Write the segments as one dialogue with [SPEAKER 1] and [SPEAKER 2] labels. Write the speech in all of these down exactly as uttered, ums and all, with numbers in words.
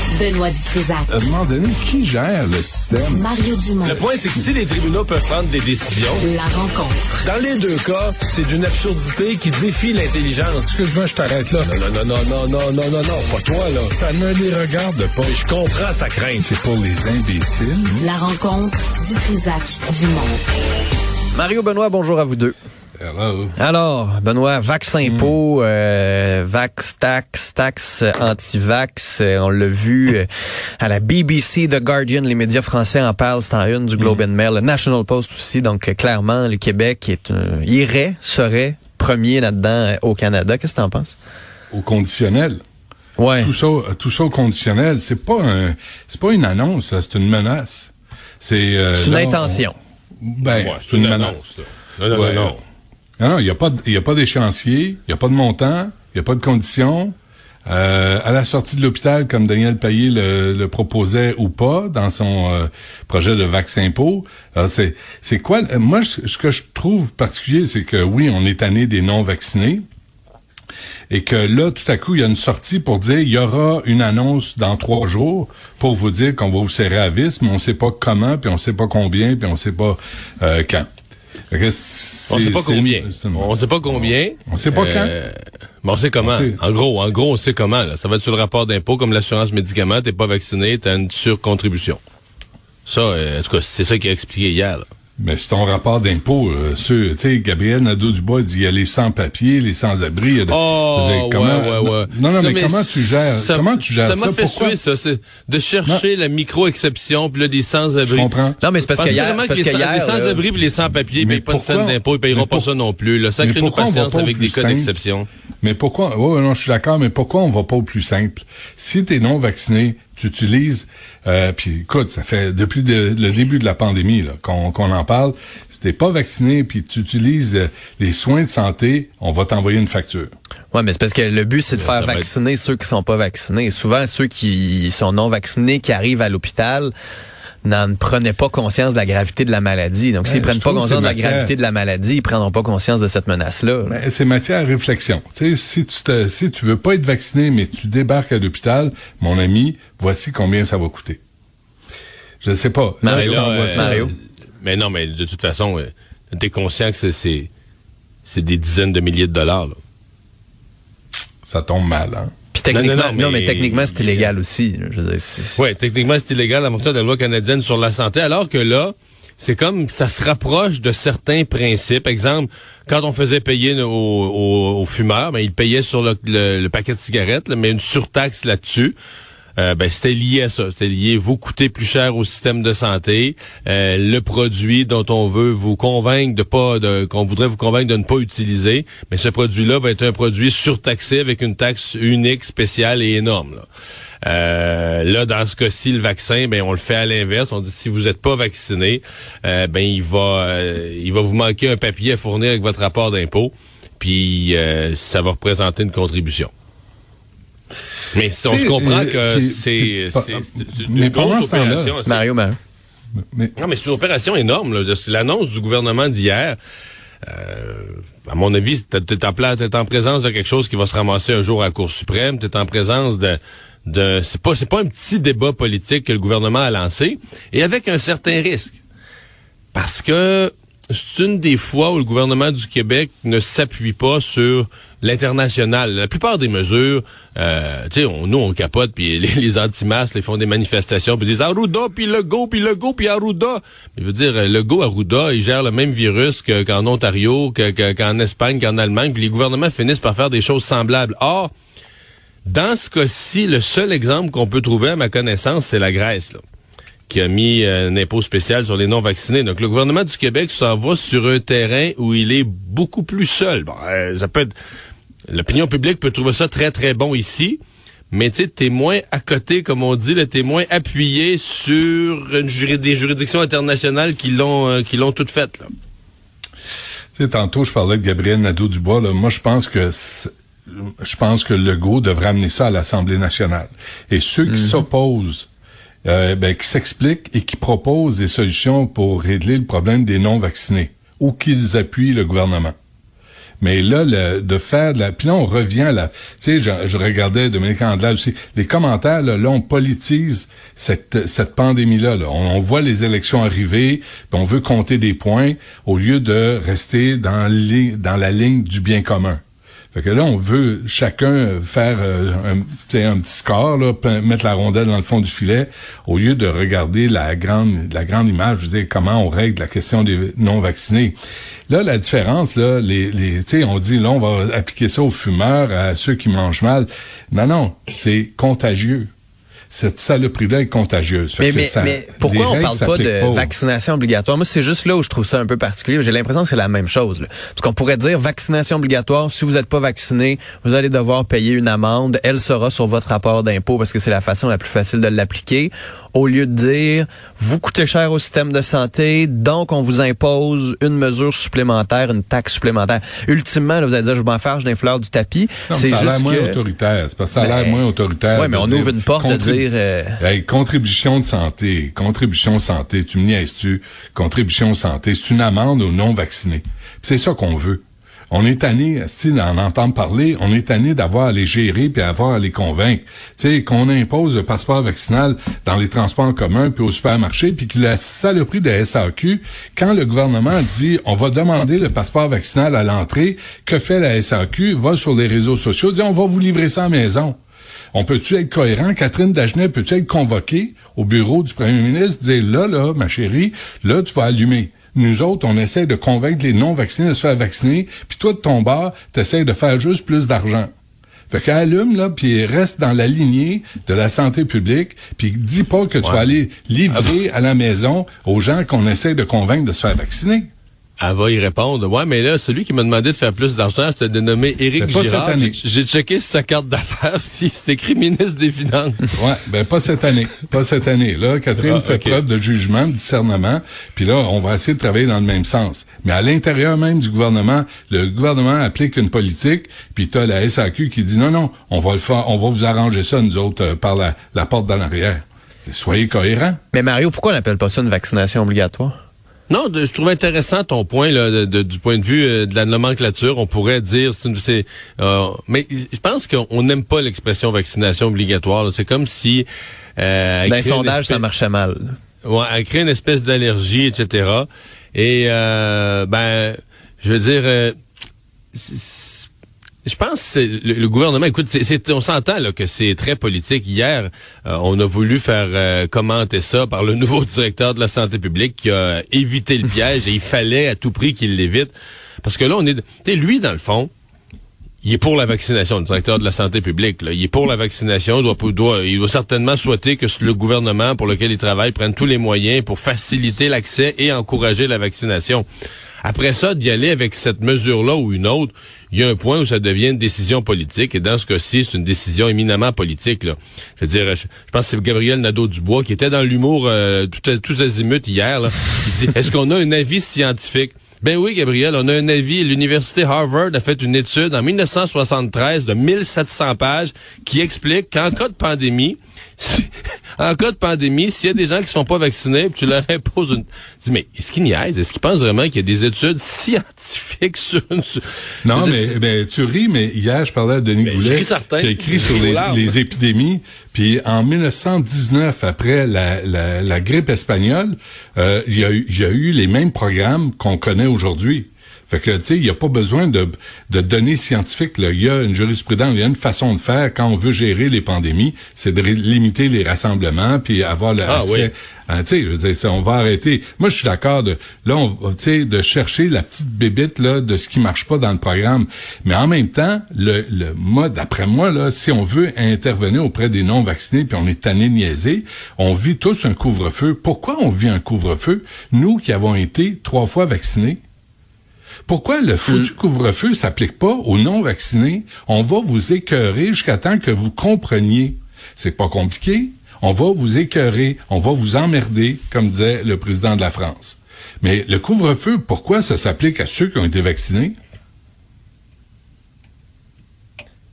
[SPEAKER 1] Benoît Dutrisac.
[SPEAKER 2] À un moment donné, qui gère le système?
[SPEAKER 1] Mario Dumont.
[SPEAKER 3] Le point, c'est que si les tribunaux peuvent prendre des décisions...
[SPEAKER 1] La rencontre.
[SPEAKER 3] Dans les deux cas, c'est d'une absurdité qui défie l'intelligence.
[SPEAKER 2] Excuse-moi, je t'arrête là.
[SPEAKER 3] Non, non, non, non, non, non, non, non, non, pas toi, là.
[SPEAKER 2] Ça ne les regarde pas.
[SPEAKER 3] Je comprends sa crainte.
[SPEAKER 2] C'est pour les imbéciles.
[SPEAKER 1] La rencontre Dutrisac-Dumont.
[SPEAKER 4] Mario, Benoît, bonjour à vous deux.
[SPEAKER 2] Hello.
[SPEAKER 4] Alors, Benoît, vax impôt, mm. euh, vax tax, tax anti-vax, euh, on l'a vu euh, à la B B C, The Guardian, les médias français en parlent, c'est en une du Globe mm. and Mail, le National Post aussi, donc euh, clairement, le Québec est un, irait, serait premier là-dedans euh, au Canada. Qu'est-ce que t'en penses?
[SPEAKER 2] Au conditionnel.
[SPEAKER 4] Ouais.
[SPEAKER 2] Tout ça, tout ça au conditionnel, c'est pas un, c'est pas une annonce, c'est une menace. C'est, euh,
[SPEAKER 4] c'est une
[SPEAKER 2] là,
[SPEAKER 4] intention.
[SPEAKER 2] On, ben,
[SPEAKER 3] ouais,
[SPEAKER 2] c'est une, une menace.
[SPEAKER 3] Annonce, non, non,
[SPEAKER 2] ouais.
[SPEAKER 3] non, non.
[SPEAKER 2] Non, non, il n'y a pas, il y a pas d'échéancier, il n'y a pas de montant, il n'y a pas de conditions. Euh, à la sortie de l'hôpital, comme Daniel Payet le, le proposait ou pas dans son euh, projet de vaccin impôt, alors c'est, c'est quoi? Moi, ce que je trouve particulier, c'est que oui, on est tanné des non-vaccinés. Et que là, tout à coup, il y a une sortie pour dire il y aura une annonce dans trois jours pour vous dire qu'on va vous serrer à vis, mais on sait pas comment, puis on sait pas combien, puis on sait pas euh, quand.
[SPEAKER 3] On sait pas combien. On sait pas combien.
[SPEAKER 2] On sait pas quand.
[SPEAKER 3] Euh, mais on sait comment.
[SPEAKER 2] On sait.
[SPEAKER 3] En gros, en gros, on sait comment. Là. Ça va être sur le rapport d'impôt, comme l'assurance médicaments. T'es pas vacciné, t'as une surcontribution. Ça, euh, en tout cas, c'est ça qu'il a expliqué hier. Là.
[SPEAKER 2] Mais c'est ton rapport d'impôt, euh, tu sais, Gabriel Nadeau-Dubois dit il y a les sans-papiers, les sans-abri. Il y a de,
[SPEAKER 3] oh,
[SPEAKER 2] dire, comment,
[SPEAKER 3] ouais, ouais, ouais.
[SPEAKER 2] Non, non,
[SPEAKER 3] ça,
[SPEAKER 2] mais,
[SPEAKER 3] mais
[SPEAKER 2] comment tu gères,
[SPEAKER 3] ça,
[SPEAKER 2] comment tu gères ça?
[SPEAKER 3] Ça m'a fait
[SPEAKER 2] Pourquoi?
[SPEAKER 3] suer, ça, c'est de chercher non. la micro-exception, puis là, des sans-abri.
[SPEAKER 2] Je comprends.
[SPEAKER 4] Non, mais c'est parce que hier,
[SPEAKER 3] parce
[SPEAKER 4] que
[SPEAKER 3] que
[SPEAKER 4] hier,
[SPEAKER 3] les sans-abri puis les sans-papiers, ils payent pas de scène d'impôt, ils payeront pas ça non plus. Là, sacrez-nous patience avec des cas d'exception.
[SPEAKER 2] Mais pourquoi, oh, non, je suis d'accord, mais pourquoi on va pas au plus simple? Si t'es non vacciné, tu utilises, euh, puis écoute, ça fait depuis de, le début de la pandémie là, qu'on, qu'on en parle. Si t'es pas vacciné, puis tu utilises euh, les soins de santé, on va t'envoyer une facture.
[SPEAKER 4] Ouais, mais c'est parce que le but c'est de faire
[SPEAKER 3] ça
[SPEAKER 4] vacciner être... ceux qui sont pas vaccinés. Souvent ceux qui sont non vaccinés qui arrivent à l'hôpital n'en prenaient pas conscience de la gravité de la maladie. Donc, ouais, s'ils prennent pas conscience de la matière... gravité de la maladie, ils prendront pas conscience de cette menace-là.
[SPEAKER 2] Mais c'est matière à réflexion. Tu sais, si tu te, si tu veux pas être vacciné, mais tu débarques à l'hôpital, mon ami, voici combien ça va coûter. Je sais pas.
[SPEAKER 4] Mario,
[SPEAKER 2] là,
[SPEAKER 4] euh, Mario.
[SPEAKER 3] Mais non, mais de toute façon, euh, t'es conscient que c'est, c'est, c'est des dizaines de milliers de dollars, là.
[SPEAKER 2] Ça tombe mal, hein?
[SPEAKER 4] Techniquement, non, non, mais,
[SPEAKER 3] non, mais
[SPEAKER 4] techniquement, c'est illégal aussi.
[SPEAKER 3] Oui, techniquement, c'est illégal en fonction de la loi canadienne sur la santé, alors que là, c'est comme, ça se rapproche de certains principes. Exemple, quand on faisait payer aux, aux, aux fumeurs, ben, ils payaient sur le, le, le paquet de cigarettes, là, mais une surtaxe là-dessus. Euh, ben c'était lié à ça, c'était lié, vous coûtez plus cher au système de santé, euh, le produit dont on veut vous convaincre de pas, de, qu'on voudrait vous convaincre de ne pas utiliser, mais ce produit-là va être un produit surtaxé avec une taxe unique, spéciale et énorme. Là, euh, là dans ce cas-ci, le vaccin, ben on le fait à l'inverse, on dit si vous n'êtes pas vacciné, euh, ben il va, euh, il va vous manquer un papier à fournir avec votre rapport d'impôt, puis euh, ça va représenter une contribution. Mais on se comprend que euh, c'est, c'est, c'est une
[SPEAKER 2] mais
[SPEAKER 3] grosse opération.
[SPEAKER 4] Mario, Mario.
[SPEAKER 3] Mais, non, mais c'est une opération énorme. Là. L'annonce du gouvernement d'hier, euh, à mon avis, t'es, t'es, en, t'es en présence de quelque chose qui va se ramasser un jour à la Cour suprême. T'es en présence de... de c'est pas, c'est pas un petit débat politique que le gouvernement a lancé, et avec un certain risque. Parce que c'est une des fois où le gouvernement du Québec ne s'appuie pas sur l'international. La plupart des mesures, euh, tu sais, on, nous, on capote, puis les, les anti-masques, ils font des manifestations, puis ils disent Arruda, puis Legault, puis Legault, puis Arruda. Mais je veux dire, Legault, Arruda, ils gèrent le même virus que, qu'en Ontario, que, que, qu'en Espagne, qu'en Allemagne, puis les gouvernements finissent par faire des choses semblables. Or, dans ce cas-ci, le seul exemple qu'on peut trouver, à ma connaissance, c'est la Grèce, là, qui a mis un impôt spécial sur les non-vaccinés. Donc, le gouvernement du Québec s'en va sur un terrain où il est beaucoup plus seul. Bon, euh, ça peut être... L'opinion publique peut trouver ça très, très bon ici, mais tu sais, t'es moins à côté, comme on dit, là, t'es moins appuyé sur une juri- des juridictions internationales qui l'ont euh, qui l'ont toutes faites, là.
[SPEAKER 2] Tu sais, tantôt, je parlais de Gabriel Nadeau-Dubois, là. Moi, je pense que je pense que Legault devrait amener ça à l'Assemblée nationale. Et ceux qui mm-hmm. s'opposent Euh, ben, qui s'expliquent et qui proposent des solutions pour régler le problème des non-vaccinés ou qu'ils appuient le gouvernement. Mais là, le, de faire de la... Puis là, on revient là. Tu sais, je, je regardais Dominique Andelade aussi. Les commentaires, là, là on politise cette, cette pandémie-là. Là. On, on voit les élections arriver, puis on veut compter des points au lieu de rester dans, les, dans la ligne du bien commun. Fait que là, on veut chacun faire euh, un, un petit score, là, p- mettre la rondelle dans le fond du filet, au lieu de regarder la grande la grande image, je veux dire, comment on règle la question des non-vaccinés. Là, la différence, là, les, les, tu sais, on dit, là, on va appliquer ça aux fumeurs, à ceux qui mangent mal. Non, non, c'est contagieux. Cette saloperie-là est contagieuse.
[SPEAKER 4] Mais, mais, ça, mais pourquoi on parle pas de
[SPEAKER 2] pas
[SPEAKER 4] vaccination obligatoire? Moi, c'est juste là où je trouve ça un peu particulier. J'ai l'impression que c'est la même chose. Là. Parce qu'on pourrait dire vaccination obligatoire, si vous n'êtes pas vacciné, vous allez devoir payer une amende. Elle sera sur votre rapport d'impôt parce que c'est la façon la plus facile de l'appliquer. Au lieu de dire, vous coûtez cher au système de santé, donc on vous impose une mesure supplémentaire, une taxe supplémentaire. Ultimement, là, vous allez dire, je m'en fâche d'un fleur du tapis.
[SPEAKER 2] Non,
[SPEAKER 4] c'est
[SPEAKER 2] ça a
[SPEAKER 4] juste
[SPEAKER 2] l'air moins
[SPEAKER 4] que...
[SPEAKER 2] autoritaire. C'est parce que ça a
[SPEAKER 4] ben,
[SPEAKER 2] l'air moins autoritaire.
[SPEAKER 4] Oui, mais on
[SPEAKER 2] dire,
[SPEAKER 4] ouvre une porte contrib- de dire... Euh...
[SPEAKER 2] Hey, contribution de santé. Contribution santé. Tu me niaises-tu? Contribution santé. C'est une amende aux non-vaccinés. Puis c'est ça qu'on veut. On est tanné, si d'en entendre parler, on est tanné d'avoir à les gérer puis avoir à les convaincre. Tu sais, qu'on impose le passeport vaccinal dans les transports en commun puis au supermarché, puis que la saloperie de la S A Q, quand le gouvernement dit on va demander le passeport vaccinal à l'entrée, que fait la S A Q? Va sur les réseaux sociaux, dit on va vous livrer ça à la maison. On peut-tu être cohérent? Catherine Dagenet, peux-tu être convoquée au bureau du premier ministre, dire là, là, ma chérie, là, tu vas allumer. Nous autres, on essaie de convaincre les non-vaccinés de se faire vacciner, puis toi, de ton bord, t'essaies de faire juste plus d'argent. Fait qu'elle allume, là, puis reste dans la lignée de la santé publique, puis dis pas que tu ouais. vas aller livrer à la maison aux gens qu'on essaie de convaincre de se faire vacciner.
[SPEAKER 3] Elle va y répondre. Ouais, mais là, celui qui m'a demandé de faire plus d'argent, c'était dénommé Éric Girard. J'ai checké sur sa carte d'affaires si c'est écrit ministre des Finances.
[SPEAKER 2] Ouais, ben pas cette année. Pas cette année. Là, Catherine ah, fait okay. preuve de jugement, de discernement, puis là, on va essayer de travailler dans le même sens. Mais à l'intérieur même du gouvernement, le gouvernement applique une politique, puis t'as la S A Q qui dit non, non, on va le faire, on va vous arranger ça, nous autres, euh, par la, la porte d'en arrière. Soyez cohérents.
[SPEAKER 4] Mais Mario, pourquoi on n'appelle pas ça une vaccination obligatoire?
[SPEAKER 3] Non, de, je trouve intéressant ton point là, de, de, du point de vue euh, de la nomenclature. On pourrait dire, c'est, une, c'est euh, mais je pense qu'on n'aime pas l'expression vaccination obligatoire. Là. C'est comme si
[SPEAKER 4] euh, dans les sondages espèce, ça marchait mal.
[SPEAKER 3] Ouais, elle crée une espèce d'allergie, et cetera. Et euh, ben, je veux dire, euh, c'est, c'est, je pense que c'est, le, le gouvernement, écoute, c'est, c'est, on s'entend là que c'est très politique. Hier, euh, on a voulu faire euh, commenter ça par le nouveau directeur de la santé publique qui a évité le piège et il fallait à tout prix qu'il l'évite. Parce que là, on est... Tu sais, lui, dans le fond, il est pour la vaccination, le directeur de la santé publique. Là. Il est pour la vaccination. Doit, doit, il doit certainement souhaiter que le gouvernement pour lequel il travaille prenne tous les moyens pour faciliter l'accès et encourager la vaccination. Après ça, d'y aller avec cette mesure-là ou une autre, il y a un point où ça devient une décision politique. Et dans ce cas-ci, c'est une décision éminemment politique. Là. Je veux dire, je, je pense que c'est Gabriel Nadeau-Dubois qui était dans l'humour euh, tout, tout azimut hier. Là, qui dit, est-ce qu'on a un avis scientifique? Ben oui, Gabriel, on a un avis. L'Université Harvard a fait une étude en dix-neuf cent soixante-treize de mille sept cents pages qui explique qu'en cas de pandémie, si, en cas de pandémie, s'il y a des gens qui sont pas vaccinés, puis tu leur imposes une... Tu dis, mais est-ce qu'ils niaisent? Est-ce qu'ils pensent vraiment qu'il y a des études scientifiques sur une...
[SPEAKER 2] Non, mais, mais ben, tu ris, mais hier, je parlais à Denis ben, Goulet, qui a écrit sur les, les épidémies, puis en dix-neuf cent dix-neuf, après la, la, la grippe espagnole, euh, il y a eu, il y a eu les mêmes programmes qu'on connaît aujourd'hui. Fait que, tu sais, il n'y a pas besoin de, de données scientifiques, là. Il y a une jurisprudence, il y a une façon de faire quand on veut gérer les pandémies, c'est de ré- limiter les rassemblements puis avoir le
[SPEAKER 3] ah,
[SPEAKER 2] accès.
[SPEAKER 3] Oui.
[SPEAKER 2] Hein, tu sais, je veux dire, ça, on va arrêter. Moi, je suis d'accord de, là, on, tu sais, de chercher la petite bébite, là, de ce qui marche pas dans le programme. Mais en même temps, le, le mode, d'après moi, là, si on veut intervenir auprès des non-vaccinés puis on est tanné de niaiser, on vit tous un couvre-feu. Pourquoi on vit un couvre-feu? Nous qui avons été trois fois vaccinés. Pourquoi le foutu couvre-feu s'applique pas aux non-vaccinés? On va vous écœurer jusqu'à temps que vous compreniez. C'est pas compliqué. On va vous écœurer, on va vous emmerder, comme disait le président de la France. Mais le couvre-feu, pourquoi ça s'applique à ceux qui ont été vaccinés?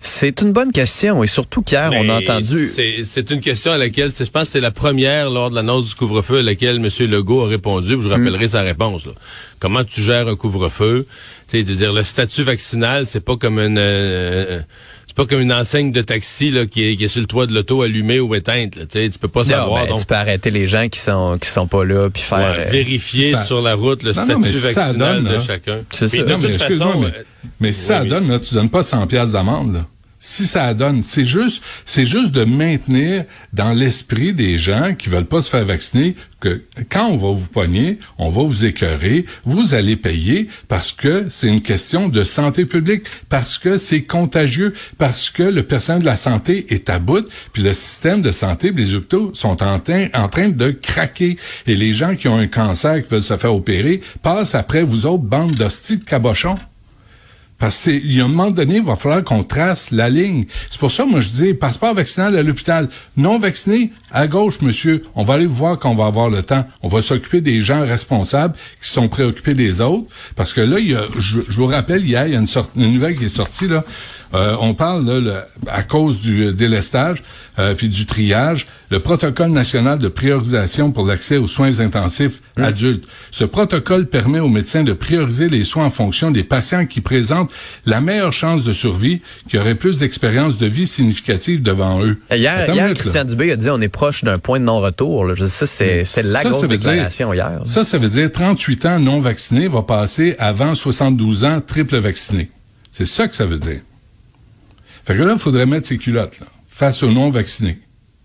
[SPEAKER 4] C'est une bonne question et surtout qu'hier,
[SPEAKER 3] Mais
[SPEAKER 4] on a entendu...
[SPEAKER 3] C'est, c'est une question à laquelle, je pense que c'est la première lors de l'annonce du couvre-feu à laquelle M. Legault a répondu. Je rappellerai mm. sa réponse. Là. Comment tu gères un couvre-feu? Tu sais, dire le statut vaccinal, c'est pas comme une... Euh, c'est pas comme une enseigne de taxi là, qui, est, qui est sur le toit de l'auto allumée ou éteinte. Là, tu peux pas savoir.
[SPEAKER 4] Non, ben,
[SPEAKER 3] donc,
[SPEAKER 4] tu peux arrêter les gens qui sont qui sont pas là puis faire
[SPEAKER 3] ouais, vérifier
[SPEAKER 2] ça,
[SPEAKER 3] sur la route le
[SPEAKER 2] non,
[SPEAKER 3] statut
[SPEAKER 2] non,
[SPEAKER 3] vaccinal
[SPEAKER 2] donne,
[SPEAKER 3] de
[SPEAKER 2] là.
[SPEAKER 3] chacun.
[SPEAKER 4] C'est
[SPEAKER 3] Puis,
[SPEAKER 4] ça.
[SPEAKER 3] de
[SPEAKER 2] non,
[SPEAKER 3] toute
[SPEAKER 2] mais,
[SPEAKER 3] façon,
[SPEAKER 2] mais,
[SPEAKER 3] euh,
[SPEAKER 2] mais si ça
[SPEAKER 3] oui,
[SPEAKER 2] donne, là, tu donnes pas cent piastres d'amende, là. Si ça donne, c'est juste, c'est juste de maintenir dans l'esprit des gens qui veulent pas se faire vacciner que quand on va vous pogner, on va vous écœurer, vous allez payer parce que c'est une question de santé publique, parce que c'est contagieux, parce que le personnel de la santé est à bout, puis le système de santé, les hôpitaux sont en train, en train de craquer. Et les gens qui ont un cancer, qui veulent se faire opérer, passent après vous autres, bande d'hosties de cabochons. Parce qu'il y a un moment donné, il va falloir qu'on trace la ligne. C'est pour ça, moi, je dis, passeport vaccinal à l'hôpital. Non vacciné, à gauche, monsieur. On va aller vous voir quand on va avoir le temps. On va s'occuper des gens responsables qui sont préoccupés des autres. Parce que là, il y a, je, je vous rappelle, hier, il y a une, sorte, une nouvelle qui est sortie, là. Euh, on parle, là, le, à cause du délestage euh, puis du triage, le protocole national de priorisation pour l'accès aux soins intensifs mmh. adultes. Ce protocole permet aux médecins de prioriser les soins en fonction des patients qui présentent la meilleure chance de survie, qui auraient plus d'expérience de vie significative devant eux.
[SPEAKER 4] Hier,
[SPEAKER 2] Attends
[SPEAKER 4] hier
[SPEAKER 2] minute,
[SPEAKER 4] Christian
[SPEAKER 2] là.
[SPEAKER 4] Dubé a dit on est proche d'un point de non-retour. Là. Je dis, ça, c'est, c'est la
[SPEAKER 2] ça,
[SPEAKER 4] grosse
[SPEAKER 2] ça
[SPEAKER 4] déclaration
[SPEAKER 2] dire,
[SPEAKER 4] hier.
[SPEAKER 2] Ça, ça veut dire trente-huit ans non vaccinés va passer avant soixante-douze ans triple vaccinés. C'est ça que ça veut dire. Fait que là, il faudrait mettre ses culottes, là, face aux non-vaccinés.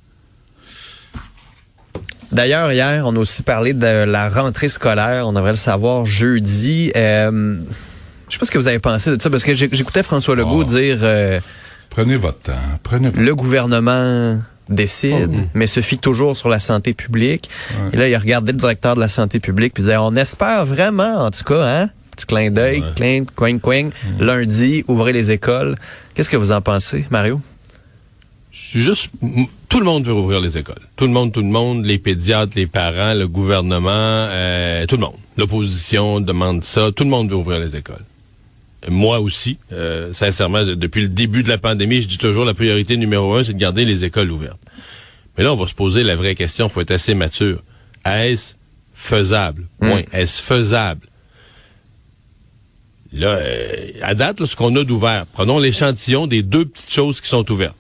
[SPEAKER 4] D'ailleurs, hier, on a aussi parlé de la rentrée scolaire. On devrait le savoir jeudi. Euh, je sais pas ce que vous avez pensé de ça, parce que j'écoutais François Legault oh. dire... Euh,
[SPEAKER 2] prenez votre temps, prenez votre temps.
[SPEAKER 4] Le gouvernement décide, oh. mais se fie toujours sur la santé publique. Ouais. Et là, il regardait le directeur de la santé publique puis disait, on espère vraiment, en tout cas, hein? Petit clin d'œil, ouais. clin, coing, coing. Mmh. Lundi, ouvrez les écoles. Qu'est-ce que vous en pensez, Mario?
[SPEAKER 3] Je suis juste... Tout le monde veut ouvrir les écoles. Tout le monde, tout le monde, les pédiatres, les parents, le gouvernement, euh, tout le monde. L'opposition demande ça. Tout le monde veut ouvrir les écoles. Moi aussi, euh, sincèrement, depuis le début de la pandémie, je dis toujours la priorité numéro un, c'est de garder les écoles ouvertes. Mais là, on va se poser la vraie question, il faut être assez mature. Est-ce faisable? Point. Mmh. Est-ce faisable? Là, euh, à date, là, ce qu'on a d'ouvert, prenons l'échantillon des deux petites choses qui sont ouvertes.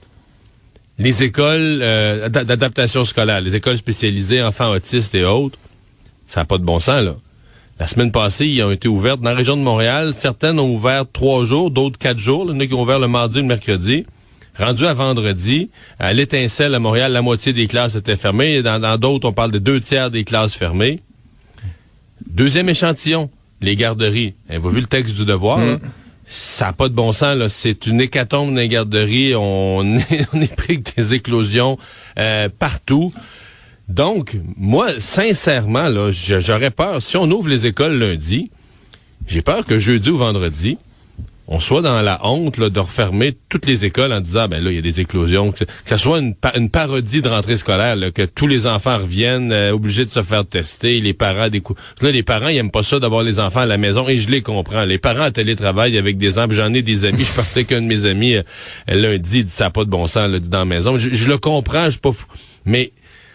[SPEAKER 3] Les écoles euh, d'adaptation scolaire, les écoles spécialisées, enfants autistes et autres, ça n'a pas de bon sens, là. La semaine passée, ils ont été ouvertes dans la région de Montréal. Certaines ont ouvert trois jours, d'autres quatre jours. Il y en a qui ont ouvert le mardi et le mercredi. Rendu à vendredi, à l'Étincelle à Montréal, la moitié des classes étaient fermées. Dans, dans d'autres, on parle de deux tiers des classes fermées. Deuxième échantillon. Les garderies. Vous vu le texte du devoir, mmh. là? Ça n'a pas de bon sens, là. C'est une hécatombe dans les garderies. On est, on est pris avec des éclosions euh, partout. Donc, moi, sincèrement, là, j'aurais peur. Si on ouvre les écoles lundi, j'ai peur que jeudi ou vendredi, on soit dans la honte là, de refermer toutes les écoles en disant, ben là, il y a des éclosions. Que, que ça soit une, une parodie de rentrée scolaire, là, que tous les enfants reviennent euh, obligés de se faire tester, les parents des coups. Là, les parents, ils aiment pas ça d'avoir les enfants à la maison, et je les comprends. Les parents à télétravail avec des enfants, j'en ai des amis, je partais avec un de mes amis euh, lundi, il dit, ça n'a pas de bon sens, là, dit dans la maison. Je, je le comprends, je suis pas fou. Mais,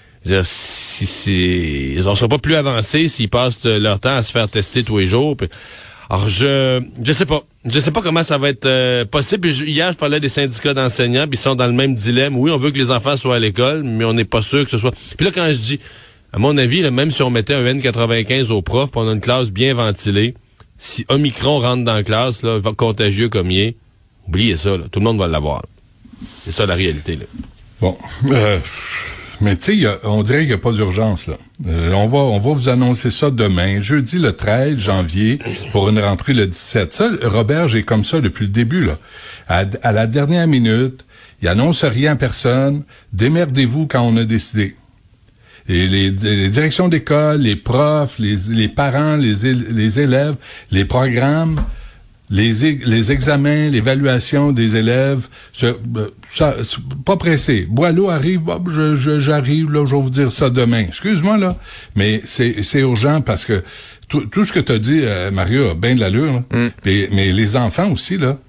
[SPEAKER 3] si, si, ils en sont pas plus avancés s'ils passent leur temps à se faire tester tous les jours. Puis, alors, je je sais pas. Je sais pas comment ça va être euh, possible. Puis, je, hier, je parlais des syndicats d'enseignants, puis ils sont dans le même dilemme. Oui, on veut que les enfants soient à l'école, mais on n'est pas sûr que ce soit... Puis là, quand je dis, à mon avis, là, même si on mettait un N quatre-vingt-quinze aux profs, puis on a une classe bien ventilée, si Omicron rentre dans la classe, là, contagieux comme il est, oubliez ça, là, tout le monde va l'avoir. Là. C'est ça la réalité, là.
[SPEAKER 2] Bon, euh... Mais tu sais, on dirait qu'il n'y a pas d'urgence, là. Euh, on va on va vous annoncer ça demain, jeudi le treize janvier, pour une rentrée le dix-sept. Ça, Robert, j'ai comme ça depuis le début, là. À, à la dernière minute, il annonce rien à personne. Démerdez-vous quand on a décidé. Et les, les directions d'école, les profs, les, les parents, les, les élèves, les programmes... Les, les examens, l'évaluation des élèves, ça, ça pas pressé. Boileau arrive, bah, je, je, j'arrive, là, je vais vous dire ça demain. Excuse-moi, là, mais c'est, c'est urgent parce que tout, tout ce que tu as dit, euh, Mario, a bien de l'allure, là. Mm. Mais, mais les enfants aussi, là,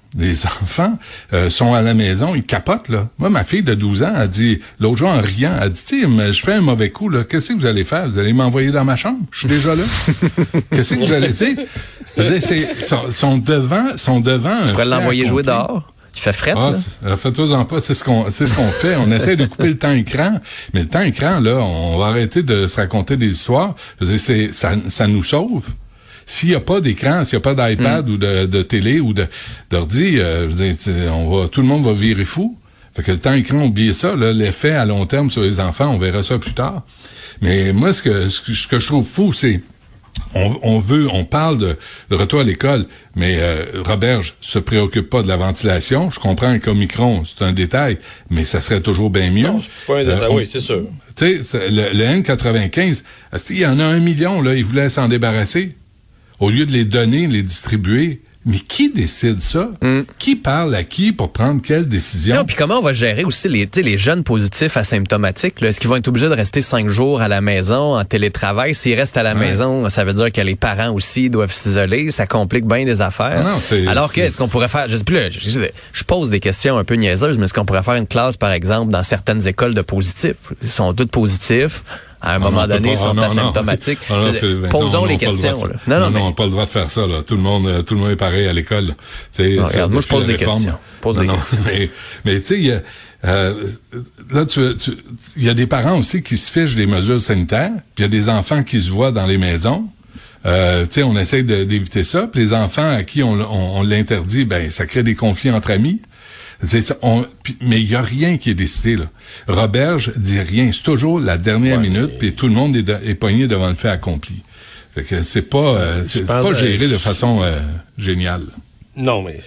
[SPEAKER 2] Les enfants euh, sont à la maison, ils capotent, là. Moi, ma fille de douze ans, elle dit, l'autre jour en riant, elle dit, tu sais, je fais un mauvais coup, là. Qu'est-ce que vous allez faire? Vous allez m'envoyer dans ma chambre? Je suis déjà là. Qu'est-ce que vous allez, tu sais? C'est, sont, sont devant, sont devant.
[SPEAKER 4] Tu pourrais l'envoyer jouer dehors? Il fait fret,
[SPEAKER 2] ah,
[SPEAKER 4] là.
[SPEAKER 2] Faites-en pas, c'est ce qu'on, c'est ce qu'on fait. On essaie de couper le temps écran, mais le temps écran, là, on va arrêter de se raconter des histoires. Je veux dire, c'est, ça, ça nous sauve. S'il y a pas d'écran, s'il y a pas d'iPad mm. ou de, de télé ou de d'ordi, euh, je veux dire, on va, tout le monde va virer fou. Fait que le temps écran, oubliez ça, là, l'effet à long terme sur les enfants, on verra ça plus tard. Mais moi, ce que, ce que, ce que je trouve fou, c'est, on, on veut, on parle de, de retour à l'école, mais euh, Roberge se préoccupe pas de la ventilation. Je comprends qu'Omicron, c'est un détail, mais ça serait toujours bien mieux.
[SPEAKER 3] Non, c'est pas un détail, euh, on, oui, c'est sûr.
[SPEAKER 2] Tu sais, le, le N quatre-vingt-quinze, il y en a un million, là, ils voulaient s'en débarrasser. Au lieu de les donner, les distribuer. Mais qui décide ça? Mm. Qui parle à qui pour prendre quelle décision?
[SPEAKER 4] Non, puis comment on va gérer aussi les, les jeunes positifs asymptomatiques? Là? Est-ce qu'ils vont être obligés de rester cinq jours à la maison en télétravail? S'ils restent à la ouais. maison, ça veut dire que les parents aussi doivent s'isoler. Ça complique bien des affaires.
[SPEAKER 2] Non, c'est,
[SPEAKER 4] Alors que,
[SPEAKER 2] c'est,
[SPEAKER 4] est-ce qu'on pourrait faire... Je sais plus, là, je, je pose des questions un peu niaiseuses, mais est-ce qu'on pourrait faire une classe, par exemple, dans certaines écoles de positifs? Ils sont tous positifs. À un ah moment non, donné, ils sont non, asymptomatiques.
[SPEAKER 2] Non. Ah non,
[SPEAKER 4] Posons
[SPEAKER 2] on,
[SPEAKER 4] les
[SPEAKER 2] on
[SPEAKER 4] questions.
[SPEAKER 2] De,
[SPEAKER 4] là.
[SPEAKER 2] Non, non, non,
[SPEAKER 4] mais...
[SPEAKER 2] on n'a pas le droit de faire ça. Là. Tout le monde, euh, tout le monde est pareil à l'école.
[SPEAKER 4] Non, regarde, moi, je pose des réforme. questions. Pose non, des
[SPEAKER 2] non,
[SPEAKER 4] questions.
[SPEAKER 2] Mais, mais tu sais, euh, là, tu, tu, il y a des parents aussi qui se fichent des mesures sanitaires. Puis il y a des enfants qui se voient dans les maisons. Euh, tu sais, on essaie de, d'éviter ça. Puis les enfants à qui on, on, on l'interdit, ben, ça crée des conflits entre amis. C'est, on, pis, mais il y a rien qui est décidé, là. Roberge dit rien. C'est toujours la dernière ouais, minute, puis mais... tout le monde est, de, est pogné devant le fait accompli. Fait que c'est pas, euh, c'est, c'est pas géré de, de façon euh, géniale.
[SPEAKER 3] Non, mais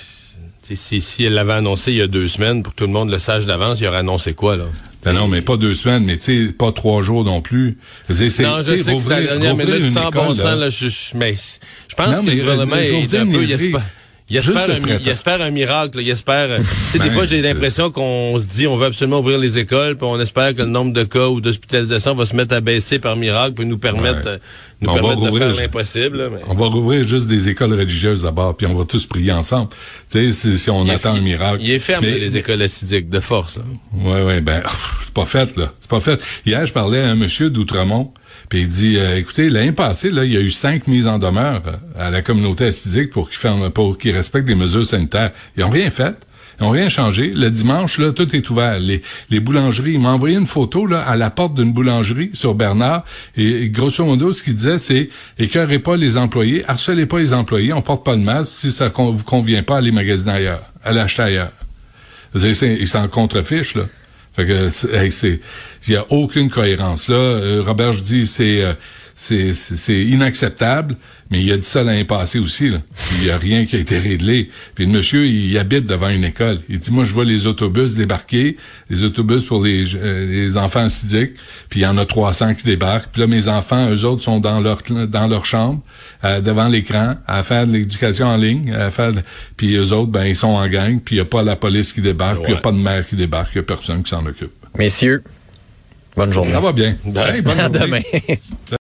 [SPEAKER 3] si, si elle l'avait annoncé il y a deux semaines, pour que tout le monde le sache d'avance, il aurait annoncé quoi, là?
[SPEAKER 2] Ben non, mais pas deux semaines, mais tu sais, pas trois jours non plus.
[SPEAKER 3] C'est, c'est, non, je sais que c'est la dernière minute, sans bon sens, là, je, je, mais je pense non, que le gouvernement est un peu... Il espère, un, il espère un miracle, là, il espère... Tu sais, ben, des fois, j'ai l'impression qu'on se dit on veut absolument ouvrir les écoles, puis on espère que le nombre de cas ou d'hospitalisation va se mettre à baisser par miracle, puis nous permettre, ouais. nous on permettre de faire l'impossible. Là, mais...
[SPEAKER 2] On va rouvrir juste des écoles religieuses d'abord, puis on va tous prier ensemble. Tu sais, si, si on il attend est, un miracle...
[SPEAKER 3] Il est ferme, mais, les écoles assidiques, de force.
[SPEAKER 2] Oui, oui, ben, pff, c'est pas fait, là. C'est pas fait. Hier, je parlais à un monsieur d'Outremont, puis il dit, euh, écoutez, l'année passée, là, il y a eu cinq mises en demeure à la communauté assidique pour qu'ils ferment, pour qu'ils respectent les mesures sanitaires. Ils ont rien fait. Ils ont rien changé. Le dimanche, là, tout est ouvert. Les, les boulangeries, il m'a envoyé une photo, là, à la porte d'une boulangerie sur Bernard. Et, et grosso modo, ce qu'il disait, c'est, écœurez pas les employés, harcelez pas les employés, on porte pas de masque. Si ça con, vous convient pas, allez magasiner ailleurs. Allez acheter ailleurs. Ils s'en contrefichent, là. Fait que c'est, c'est, il y a aucune cohérence là. Euh, Robert, je dis c'est, euh, c'est, c'est, c'est inacceptable, mais il a dit ça l'année passée aussi là. Il y a rien qui a été réglé. Puis le monsieur, il habite devant une école. Il dit moi je vois les autobus débarquer, les autobus pour les euh, les enfants assidiques. Puis il y en a trois cents qui débarquent. Puis là mes enfants, eux autres sont dans leur dans leur chambre euh, devant l'écran à faire de l'éducation en ligne, à faire de... puis eux autres ben ils sont en gang, puis il y a pas la police qui débarque, ouais. Puis il y a pas de maire qui débarque, il y a personne qui s'en occupe.
[SPEAKER 4] Messieurs, bonne journée.
[SPEAKER 2] Ça va bien.
[SPEAKER 3] Bye.
[SPEAKER 2] Hey, bonne
[SPEAKER 4] à
[SPEAKER 2] journée.
[SPEAKER 4] demain.